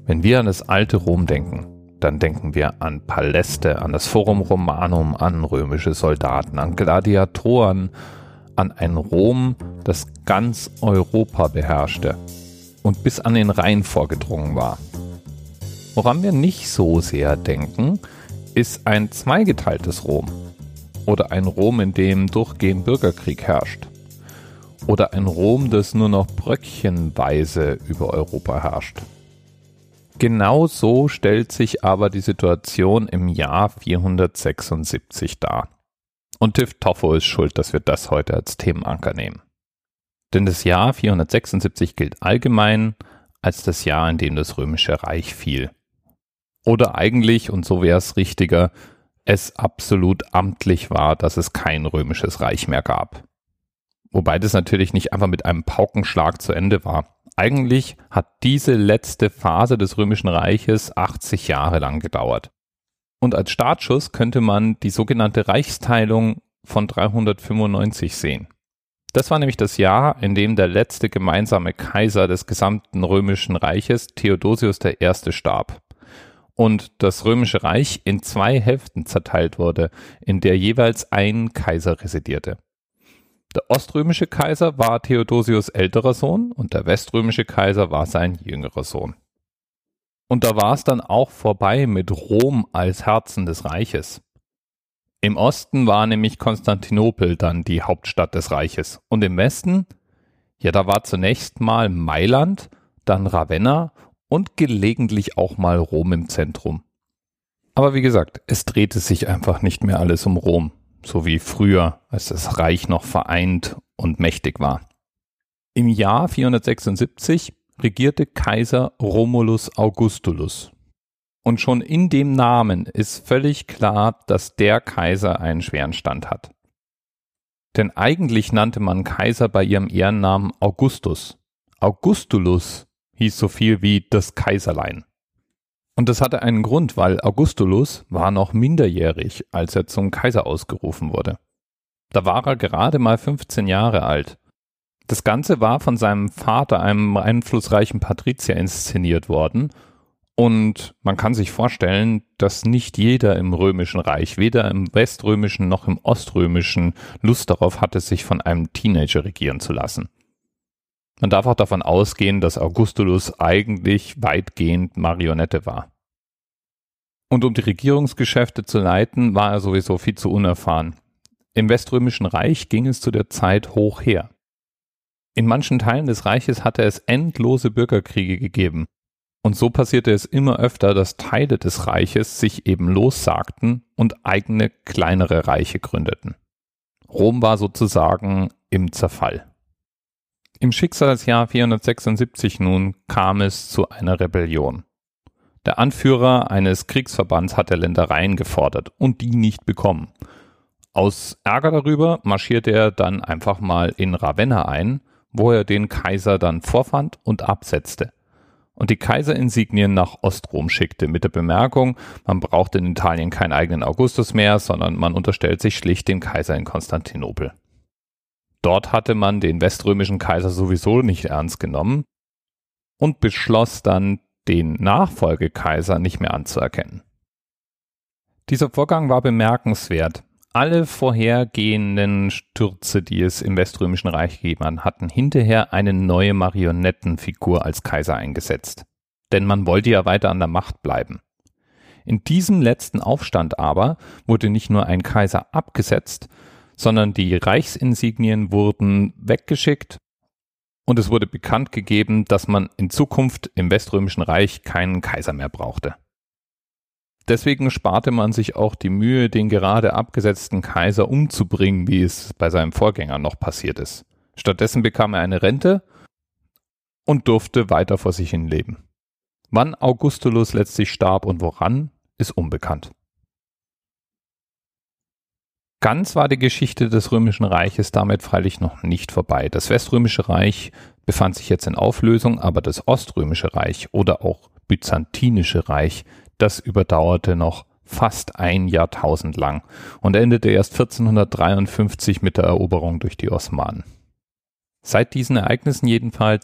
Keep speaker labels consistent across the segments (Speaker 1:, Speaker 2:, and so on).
Speaker 1: Wenn wir an das alte Rom denken, dann denken wir an Paläste, an das Forum Romanum, an römische Soldaten, an Gladiatoren, an ein Rom, das ganz Europa beherrschte und bis an den Rhein vorgedrungen war. Woran wir nicht so sehr denken, ist ein zweigeteiltes Rom oder ein Rom, in dem durchgehend Bürgerkrieg herrscht oder ein Rom, das nur noch bröckchenweise über Europa herrscht. Genau so stellt sich aber die Situation im Jahr 476 dar. Und Tiv Toffo ist schuld, dass wir das heute als Themenanker nehmen. Denn das Jahr 476 gilt allgemein als das Jahr, in dem das Römische Reich fiel. Oder eigentlich, und so wäre es richtiger, es absolut amtlich war, dass es kein Römisches Reich mehr gab. Wobei das natürlich nicht einfach mit einem Paukenschlag zu Ende war. Eigentlich hat diese letzte Phase des Römischen Reiches 80 Jahre lang gedauert. Und als Startschuss könnte man die sogenannte Reichsteilung von 395 sehen. Das war nämlich das Jahr, in dem der letzte gemeinsame Kaiser des gesamten Römischen Reiches, Theodosius I., starb. Und das Römische Reich in 2 Hälften zerteilt wurde, in der jeweils ein Kaiser residierte. Der oströmische Kaiser war Theodosius' älterer Sohn und der weströmische Kaiser war sein jüngerer Sohn. Und da war es dann auch vorbei mit Rom als Herzen des Reiches. Im Osten war nämlich Konstantinopel dann die Hauptstadt des Reiches. Und im Westen, ja, da war zunächst mal Mailand, dann Ravenna und gelegentlich auch mal Rom im Zentrum. Aber wie gesagt, es drehte sich einfach nicht mehr alles um Rom, so wie früher, als das Reich noch vereint und mächtig war. Im Jahr 476 regierte Kaiser Romulus Augustulus. Und schon in dem Namen ist völlig klar, dass der Kaiser einen schweren Stand hat. Denn eigentlich nannte man Kaiser bei ihrem Ehrennamen Augustus. Augustulus hieß so viel wie das Kaiserlein. Und das hatte einen Grund, weil Augustulus war noch minderjährig, als er zum Kaiser ausgerufen wurde. Da war er gerade mal 15 Jahre alt. Das Ganze war von seinem Vater, einem einflussreichen Patrizier, inszeniert worden. Und man kann sich vorstellen, dass nicht jeder im Römischen Reich, weder im Weströmischen noch im Oströmischen, Lust darauf hatte, sich von einem Teenager regieren zu lassen. Man darf auch davon ausgehen, dass Augustulus eigentlich weitgehend Marionette war. Und um die Regierungsgeschäfte zu leiten, war er sowieso viel zu unerfahren. Im Weströmischen Reich ging es zu der Zeit hoch her. In manchen Teilen des Reiches hatte es endlose Bürgerkriege gegeben. Und so passierte es immer öfter, dass Teile des Reiches sich eben lossagten und eigene kleinere Reiche gründeten. Rom war sozusagen im Zerfall. Im Schicksalsjahr 476 nun kam es zu einer Rebellion. Der Anführer eines Kriegsverbands hatte Ländereien gefordert und die nicht bekommen. Aus Ärger darüber marschierte er dann einfach mal in Ravenna ein, wo er den Kaiser dann vorfand und absetzte. Und die Kaiserinsignien nach Ostrom schickte mit der Bemerkung, man braucht in Italien keinen eigenen Augustus mehr, sondern man unterstellt sich schlicht dem Kaiser in Konstantinopel. Dort hatte man den weströmischen Kaiser sowieso nicht ernst genommen und beschloss dann, den Nachfolgekaiser nicht mehr anzuerkennen. Dieser Vorgang war bemerkenswert. Alle vorhergehenden Stürze, die es im Weströmischen Reich gegeben hat, hatten hinterher eine neue Marionettenfigur als Kaiser eingesetzt. Denn man wollte ja weiter an der Macht bleiben. In diesem letzten Aufstand aber wurde nicht nur ein Kaiser abgesetzt, sondern die Reichsinsignien wurden weggeschickt und es wurde bekannt gegeben, dass man in Zukunft im Weströmischen Reich keinen Kaiser mehr brauchte. Deswegen sparte man sich auch die Mühe, den gerade abgesetzten Kaiser umzubringen, wie es bei seinem Vorgänger noch passiert ist. Stattdessen bekam er eine Rente und durfte weiter vor sich hin leben. Wann Augustulus letztlich starb und woran, ist unbekannt. Ganz war die Geschichte des Römischen Reiches damit freilich noch nicht vorbei. Das Weströmische Reich befand sich jetzt in Auflösung, aber das Oströmische Reich oder auch Byzantinische Reich, das überdauerte noch fast ein Jahrtausend lang und endete erst 1453 mit der Eroberung durch die Osmanen. Seit diesen Ereignissen jedenfalls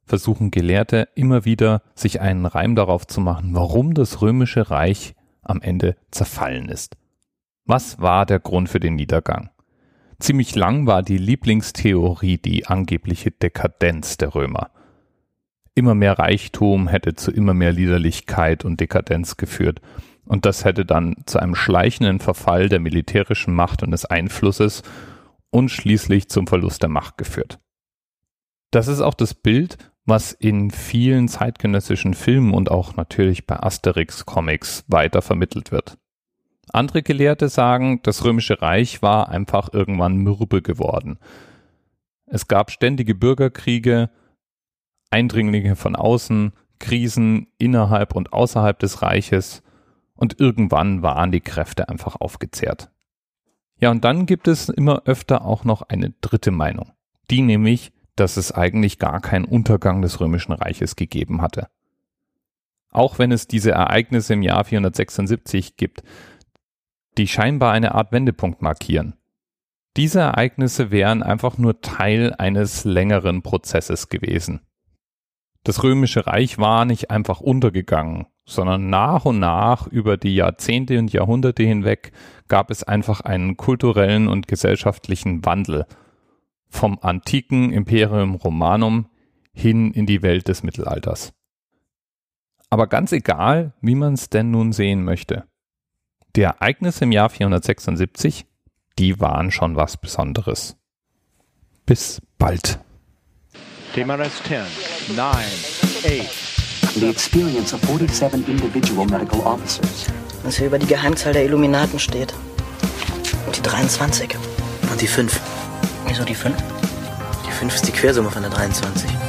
Speaker 1: versuchen Gelehrte immer wieder, sich einen Reim darauf zu machen, warum das Römische Reich am Ende zerfallen ist. Was war der Grund für den Niedergang? Ziemlich lang war die Lieblingstheorie die angebliche Dekadenz der Römer. Immer mehr Reichtum hätte zu immer mehr Liederlichkeit und Dekadenz geführt. Und das hätte dann zu einem schleichenden Verfall der militärischen Macht und des Einflusses und schließlich zum Verlust der Macht geführt. Das ist auch das Bild, was in vielen zeitgenössischen Filmen und auch natürlich bei Asterix-Comics weiter vermittelt wird. Andere Gelehrte sagen, das Römische Reich war einfach irgendwann mürbe geworden. Es gab ständige Bürgerkriege, Eindringlinge von außen, Krisen innerhalb und außerhalb des Reiches und irgendwann waren die Kräfte einfach aufgezehrt. Ja, und dann gibt es immer öfter auch noch eine dritte Meinung, die nämlich, dass es eigentlich gar keinen Untergang des Römischen Reiches gegeben hatte. Auch wenn es diese Ereignisse im Jahr 476 gibt, die scheinbar eine Art Wendepunkt markieren. Diese Ereignisse wären einfach nur Teil eines längeren Prozesses gewesen. Das Römische Reich war nicht einfach untergegangen, sondern nach und nach über die Jahrzehnte und Jahrhunderte hinweg gab es einfach einen kulturellen und gesellschaftlichen Wandel vom antiken Imperium Romanum hin in die Welt des Mittelalters. Aber ganz egal, wie man es denn nun sehen möchte, die Ereignisse im Jahr 476, die waren schon was Besonderes. Bis bald.
Speaker 2: TMRS 10, 9, 8.
Speaker 3: The experience of 47 individual medical officers.
Speaker 4: Was hier über die Geheimzahl der Illuminaten steht. Und die 23.
Speaker 5: Und die 5.
Speaker 4: Wieso die 5?
Speaker 5: Die 5 ist die Quersumme von der 23.